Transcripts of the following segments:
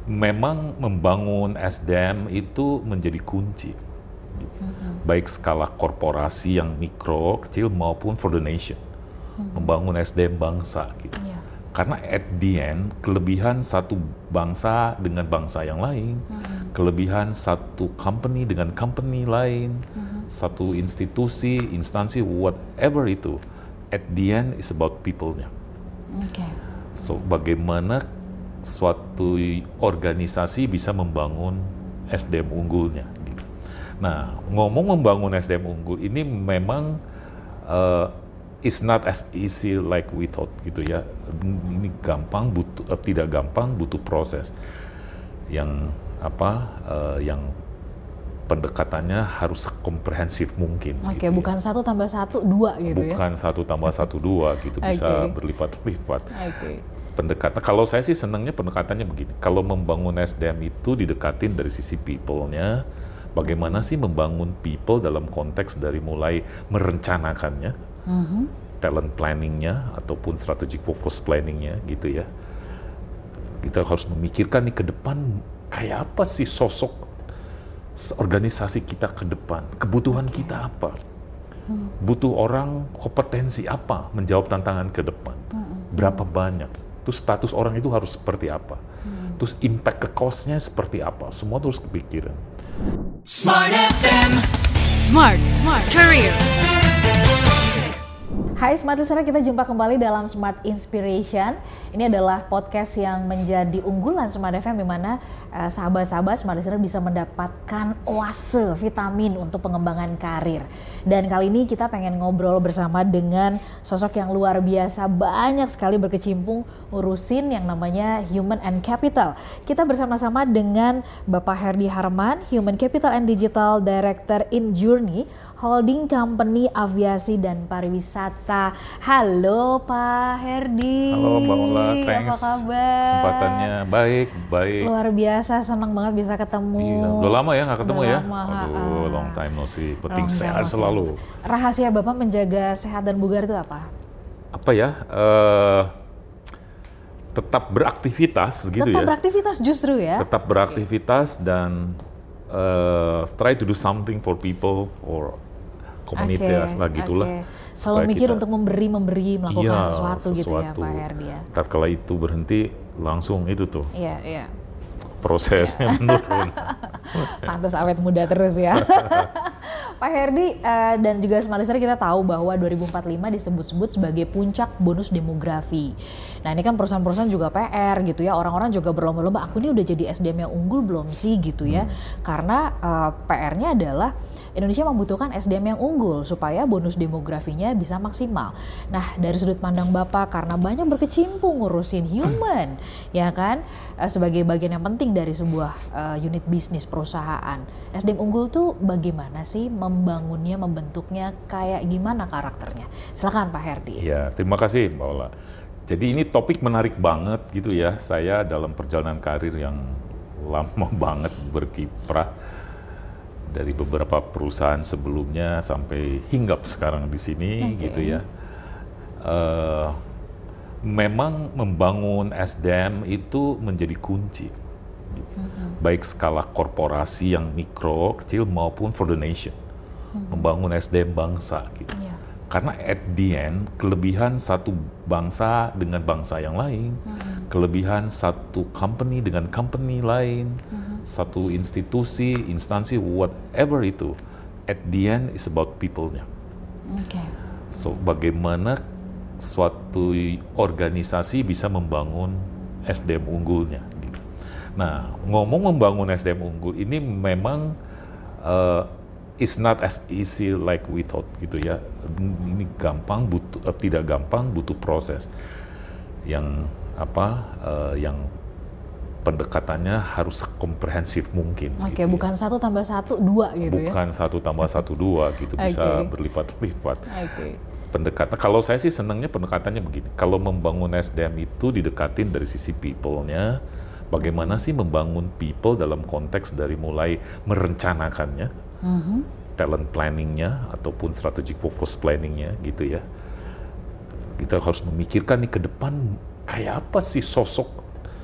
memang membangun SDM itu menjadi kunci. Baik skala korporasi yang mikro, kecil maupun for the nation. Membangun SDM bangsa gitu. Karena at the end, kelebihan satu bangsa dengan bangsa yang lain, kelebihan satu company dengan company lain, satu institusi, instansi, whatever itu, at the end is about people-nya. So, bagaimana suatu organisasi bisa membangun SDM unggulnya. Gitu. Nah, ngomong membangun SDM unggul ini memang it's not as easy like we thought gitu ya. Ini gampang, tidak gampang, butuh proses yang yang pendekatannya harus komprehensif mungkin. Oke, gitu bukan ya. 1 tambah 1, 2 gitu ya? Bukan 1 tambah 1, 2 gitu, bisa berlipat-lipat. Pendekatan, kalau saya sih senangnya pendekatannya begini, kalau membangun SDM itu didekatin dari sisi people-nya, bagaimana sih membangun people dalam konteks dari mulai merencanakannya, talent planning-nya, ataupun strategic focus planning-nya gitu ya. Kita harus memikirkan nih ke depan, kayak apa sih sosok organisasi kita ke depan, kebutuhan kita apa, butuh orang kompetensi apa menjawab tantangan ke depan, berapa banyak, terus status orang itu harus seperti apa, terus impact ke cost-nya seperti apa, semua terus kepikiran. Smart FM, Smart Career. Hai Smart Listener, kita jumpa kembali dalam Smart Inspiration. Ini adalah podcast yang menjadi unggulan Smart FM, di mana sahabat-sahabat Smart Listener bisa mendapatkan oase vitamin untuk pengembangan karir. Dan kali ini kita pengen ngobrol bersama dengan sosok yang luar biasa, banyak sekali berkecimpung urusin yang namanya Human and Capital. Kita bersama-sama dengan Bapak Herdy Harman, Human Capital and Digital Director in Journey Holding Company Aviasi dan Pariwisata. Halo Pak Herdy. Halo Mbak Ola, thanks. Apa kabar? Kesempatannya baik. Luar biasa, senang banget bisa ketemu. Iya, udah lama ya nggak ketemu ya? Lama, aduh, long time no see. Penting sehat selalu. Rahasia Bapak menjaga sehat dan bugar itu apa? Apa ya? Tetap beraktivitas gitu ya. Tetap beraktivitas justru ya? Tetap beraktivitas dan try to do something for people, for komunitas lah gitulah. Selalu mikir untuk memberi, melakukan sesuatu gitu ya Pak Herdy ya. Tatkala itu berhenti, langsung itu tuh. Iya. Prosesnya menurun. Pantes awet muda terus ya. Pak Herdy dan juga Smart Listener, kita tahu bahwa 2045 disebut-sebut sebagai puncak bonus demografi. Nah ini kan perusahaan-perusahaan juga PR gitu ya, orang-orang juga berlomba-lomba, aku ini udah jadi SDM yang unggul belum sih gitu ya. Karena PR-nya adalah Indonesia membutuhkan SDM yang unggul supaya bonus demografinya bisa maksimal. Nah dari sudut pandang Bapak, karena banyak berkecimpung ngurusin human, ya kan, sebagai bagian yang penting dari sebuah unit bisnis perusahaan. SDM unggul tuh bagaimana sih membangunnya, membentuknya, kayak gimana karakternya? Silakan Pak Herdy. Ya, terima kasih Mbak Ola. Jadi ini topik menarik banget gitu ya. Saya dalam perjalanan karir yang lama banget berkiprah dari beberapa perusahaan sebelumnya sampai hinggap sekarang di sini gitu ya. Memang membangun SDM itu menjadi kunci. Baik skala korporasi yang mikro, kecil maupun for the nation. Membangun SDM bangsa gitu. Karena at the end, kelebihan satu bangsa dengan bangsa yang lain, kelebihan satu company dengan company lain, satu institusi, instansi, whatever itu, at the end is about people-nya. So, bagaimana suatu organisasi bisa membangun SDM unggulnya. Gitu. Nah, ngomong membangun SDM unggul ini memang it's not as easy like we thought gitu ya. Ini gampang, tidak gampang, butuh proses yang yang pendekatannya harus komprehensif mungkin. Oke, gitu bukan 1 tambah 1, 2 gitu ya? Bukan 1 tambah 1, 2 gitu, bisa berlipat-lipat. Pendekatan, kalau saya sih senangnya pendekatannya begini, kalau membangun SDM itu didekatin dari sisi people-nya, bagaimana sih membangun people dalam konteks dari mulai merencanakannya, talent planning-nya ataupun strategic focus planning-nya gitu ya. Kita harus memikirkan nih ke depan, kayak apa sih sosok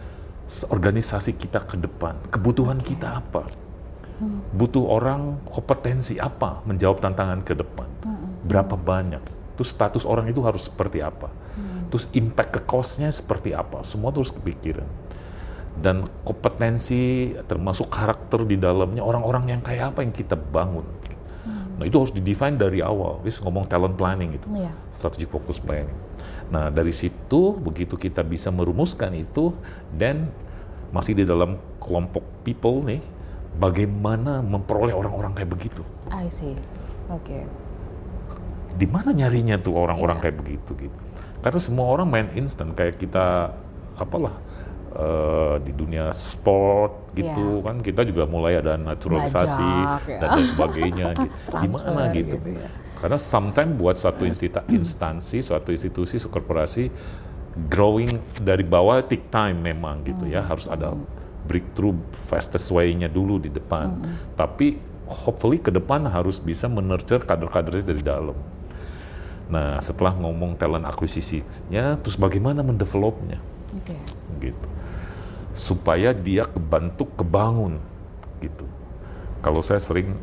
organisasi kita ke depan, kebutuhan kita apa, butuh orang kompetensi apa menjawab tantangan ke depan, berapa banyak, terus status orang itu harus seperti apa, terus impact ke cost-nya seperti apa, semua terus kepikiran. Dan kompetensi termasuk karakter di dalamnya, orang-orang yang kayak apa yang kita bangun. Nah itu harus didefine dari awal, ngomong talent planning gitu, strategic focus planning. Nah dari situ begitu kita bisa merumuskan itu, dan masih di dalam kelompok people nih, bagaimana memperoleh orang-orang kayak begitu? I see, oke. Di mana nyarinya tuh orang-orang kayak begitu gitu? Karena semua orang main instan kayak kita apalah. Di dunia sport gitu kan kita juga mulai ada naturalisasi dan lain sebagainya gitu. Gimana gitu? Karena sometimes buat satu instansi, suatu institusi, suatu korporasi growing dari bawah take time memang gitu ya, harus ada breakthrough fastest way-nya dulu di depan. Tapi hopefully ke depan harus bisa menurture kader-kadernya dari dalam. Nah, setelah ngomong talent akuisisinya, terus bagaimana mendevelopnya? Gitu. Supaya dia kebangun gitu. Kalau saya sering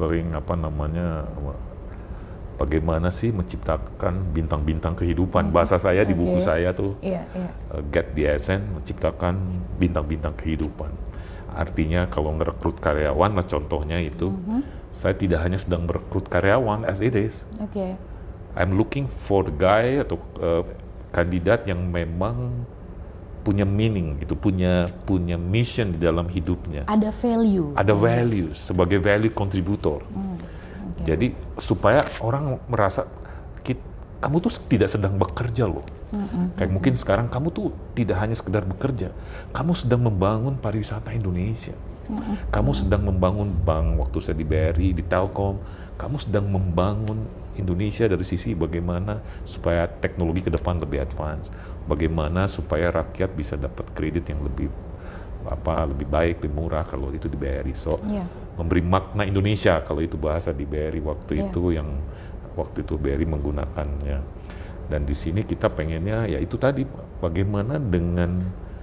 bagaimana sih menciptakan bintang-bintang kehidupan. Bahasa saya di buku saya tuh Get the Essence, menciptakan bintang-bintang kehidupan. Artinya kalau ngerekrut karyawan lah contohnya itu, saya tidak hanya sedang merekrut karyawan as it is. I'm looking for the guy atau kandidat yang memang punya meaning gitu, punya mission di dalam hidupnya. Ada value. Ada value sebagai value contributor. Jadi supaya orang merasa kamu tuh tidak sedang bekerja loh. Kayak mungkin sekarang kamu tuh tidak hanya sekedar bekerja, kamu sedang membangun pariwisata Indonesia. Kamu sedang membangun bank, waktu saya di BRI, di Telkom, kamu sedang membangun Indonesia dari sisi bagaimana supaya teknologi ke depan lebih advance, bagaimana supaya rakyat bisa dapat kredit yang lebih baik, lebih murah kalau itu di BRI. Memberi makna Indonesia kalau itu bahasa di BRI waktu itu, yang waktu itu BRI menggunakannya. Dan di sini kita pengennya ya itu tadi, bagaimana dengan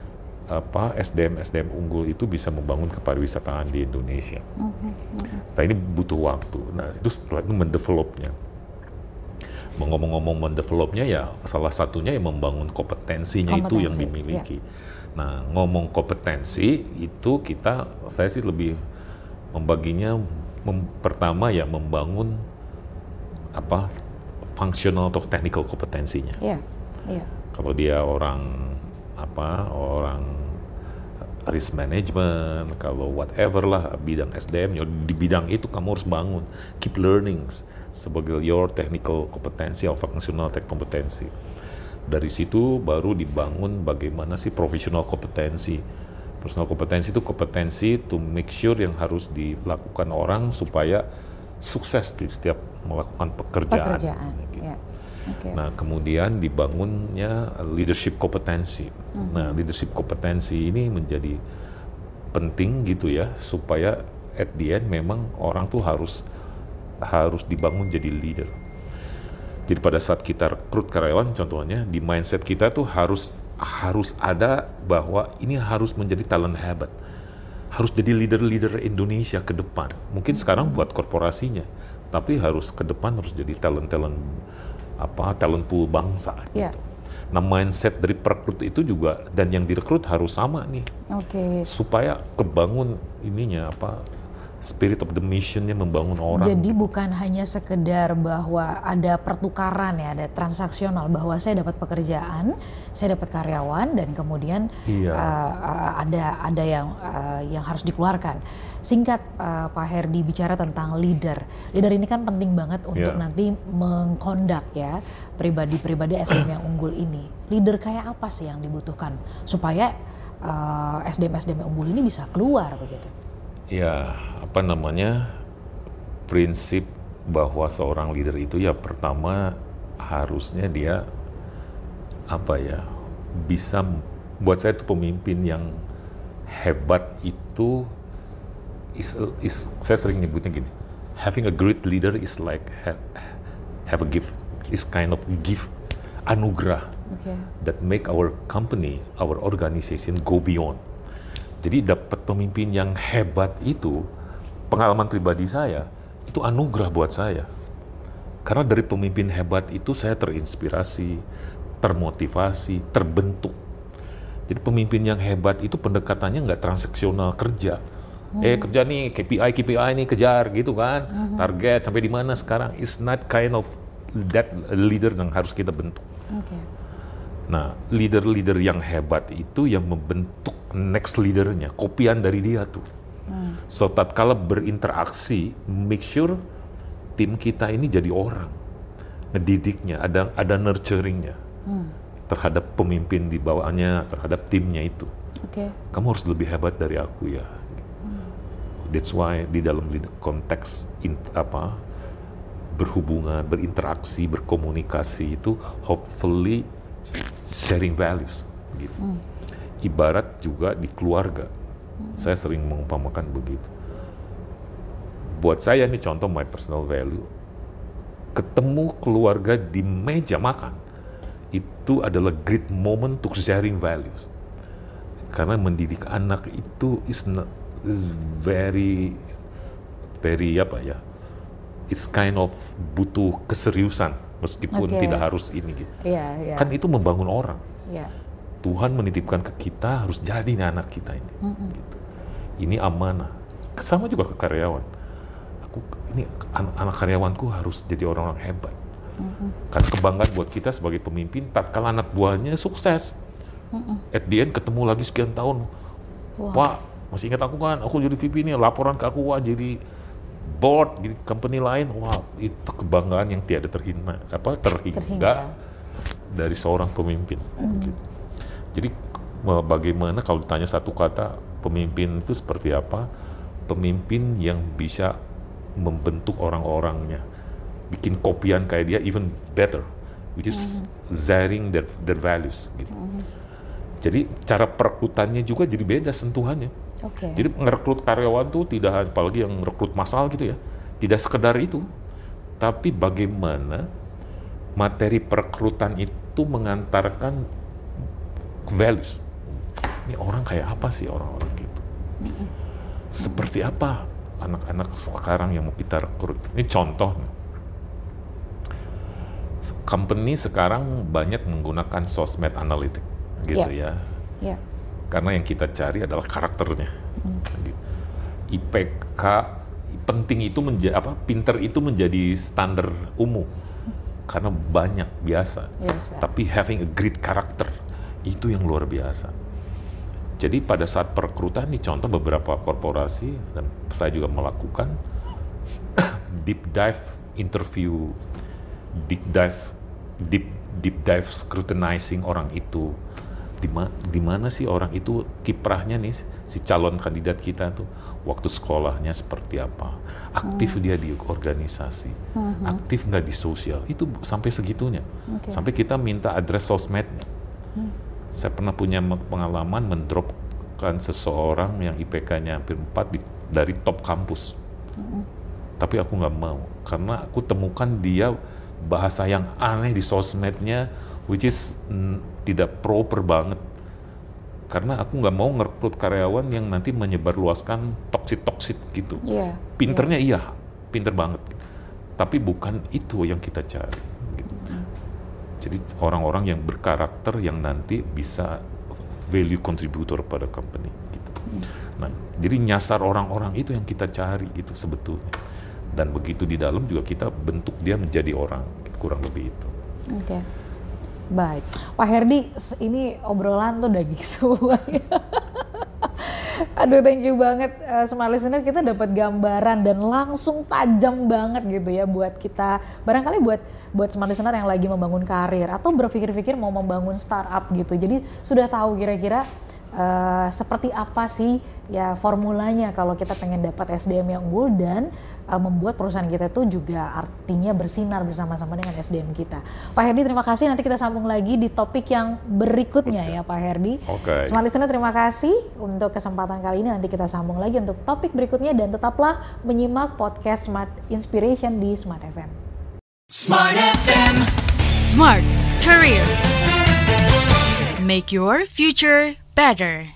SDM unggul itu bisa membangun kepariwisataan di Indonesia. Nah ini butuh waktu. Nah itu setelah itu mendevelopnya. Ngomong-ngomong mendevelopnya ya salah satunya yang membangun kompetensinya itu yang dimiliki. Nah ngomong kompetensi itu saya sih lebih membaginya pertama ya membangun functional atau technical kompetensinya. Kalau dia orang risk management, kalau whatever lah bidang SDM, di bidang itu kamu harus bangun, keep learning sebagai your technical kompetensi atau functional tech kompetensi. Dari situ baru dibangun bagaimana sih professional kompetensi. Personal kompetensi itu kompetensi to make sure yang harus dilakukan orang supaya sukses di setiap melakukan pekerjaan. Gitu. Nah, kemudian dibangunnya leadership kompetensi. Nah, leadership kompetensi ini menjadi penting gitu ya, supaya at the end memang orang tuh harus dibangun jadi leader. Jadi pada saat kita rekrut karyawan contohnya, di mindset kita tuh harus ada bahwa ini harus menjadi talent hebat. Harus jadi leader-leader Indonesia ke depan. Mungkin sekarang buat korporasinya, tapi harus ke depan harus jadi talent pool bangsa gitu. Nah mindset dari perekrut itu juga dan yang direkrut harus sama nih. Supaya kebangun spirit of the mission-nya membangun orang. Jadi bukan hanya sekedar bahwa ada pertukaran ya, ada transaksional bahwa saya dapat pekerjaan, saya dapat karyawan dan kemudian ada yang harus dikeluarkan. Singkat Pak Herdy bicara tentang leader. Leader ini kan penting banget untuk nanti mengkondak ya pribadi-pribadi SDM yang unggul ini. Leader kayak apa sih yang dibutuhkan supaya SDM unggul ini bisa keluar begitu? Ya, prinsip bahwa seorang leader itu ya pertama harusnya dia bisa, buat saya itu pemimpin yang hebat itu saya sering nyebutnya gini, having a great leader is like have a gift, is kind of gift, anugerah. that make our company, our organization go beyond. Jadi dapat pemimpin yang hebat itu, pengalaman pribadi saya, itu anugerah buat saya. Karena dari pemimpin hebat itu saya terinspirasi, termotivasi, terbentuk. Jadi pemimpin yang hebat itu pendekatannya nggak transaksional kerja. Kerja nih, KPI nih kejar gitu kan. Target sampai di mana sekarang. It's not kind of that leader yang harus kita bentuk. Nah, leader-leader yang hebat itu yang membentuk next leadernya, kopian dari dia tuh. So tatkala berinteraksi, make sure tim kita ini jadi orang, ngedidiknya, ada nurturingnya terhadap pemimpin di bawahnya, terhadap timnya itu. Kamu harus lebih hebat dari aku ya. That's why di dalam konteks berhubungan, berinteraksi, berkomunikasi itu hopefully sharing values gitu. Ibarat juga di keluarga. Saya sering mengumpamakan begitu. Buat saya ini contoh my personal value. Ketemu keluarga di meja makan itu adalah great moment untuk sharing values. Karena mendidik anak itu is very it's kind of butuh keseriusan meskipun tidak harus ini gitu. Kan itu membangun orang. Tuhan menitipkan ke kita harus jadi anak kita ini. Gitu. Ini amanah. Sama juga ke karyawan. Ini anak karyawanku harus jadi orang-orang hebat. Karena kebanggaan buat kita sebagai pemimpin, tatkala anak buahnya sukses. At the end ketemu lagi sekian tahun. Pak, masih ingat aku kan? Aku jadi VP nih, laporan ke aku, wah jadi board, jadi company lain. Wah, itu kebanggaan yang tiada terhingga dari seorang pemimpin. Gitu. Jadi bagaimana kalau ditanya satu kata, pemimpin itu seperti apa? Pemimpin yang bisa membentuk orang-orangnya, bikin kopian kayak dia, even better, which is sharing their values. Gitu. Jadi cara perekrutannya juga jadi beda sentuhannya. Jadi ngerekrut karyawan tuh tidak, apalagi yang rekrut massal gitu ya, tidak sekedar itu, tapi bagaimana materi perekrutan itu mengantarkan values. Ini orang kayak apa sih orang-orang gitu? Seperti apa anak-anak sekarang yang mau kita rekrut? Ini contoh. Company sekarang banyak menggunakan sosmed analytic gitu ya. Karena yang kita cari adalah karakternya. IPK penting itu pinter itu menjadi standar umum. Karena banyak biasa. Tapi having a great character itu yang luar biasa. Jadi pada saat perekrutan ini contoh beberapa korporasi dan saya juga melakukan deep dive interview, deep dive scrutinizing orang itu. Di mana sih orang itu kiprahnya nih, si calon kandidat kita tuh waktu sekolahnya seperti apa, aktif dia di organisasi, aktif nggak di sosial, itu sampai segitunya, sampai kita minta address sosmednya. Saya pernah punya pengalaman mendropkan seseorang yang IPK-nya hampir 4 dari top kampus, tapi aku nggak mau karena aku temukan dia bahasa yang aneh di sosmednya, which is tidak proper banget. Karena aku nggak mau ngerekrut karyawan yang nanti menyebarluaskan toxic gitu. Pinternya pinter banget. Tapi bukan itu yang kita cari. Gitu. Jadi orang-orang yang berkarakter yang nanti bisa value contributor pada company. Gitu. Nah, jadi nyasar orang-orang itu yang kita cari gitu sebetulnya. Dan begitu di dalam juga kita bentuk dia menjadi orang, kurang lebih itu. Baik, Pak Herdy, ini obrolan tuh daging semua. Aduh, thank you banget, Smart Listener, kita dapat gambaran dan langsung tajam banget gitu ya buat kita, barangkali buat Smart Listener yang lagi membangun karir atau berpikir-pikir mau membangun startup gitu. Jadi sudah tahu kira-kira seperti apa sih ya formulanya kalau kita pengen dapat SDM yang unggul dan membuat perusahaan kita itu juga artinya bersinar bersama-sama dengan SDM kita. Pak Herdy, terima kasih. Nanti kita sambung lagi di topik yang berikutnya ya Pak Herdy. Smart Listener, terima kasih untuk kesempatan kali ini. Nanti kita sambung lagi untuk topik berikutnya dan tetaplah menyimak podcast Smart Inspiration di Smart FM. Smart FM, Smart Career. Make your future better.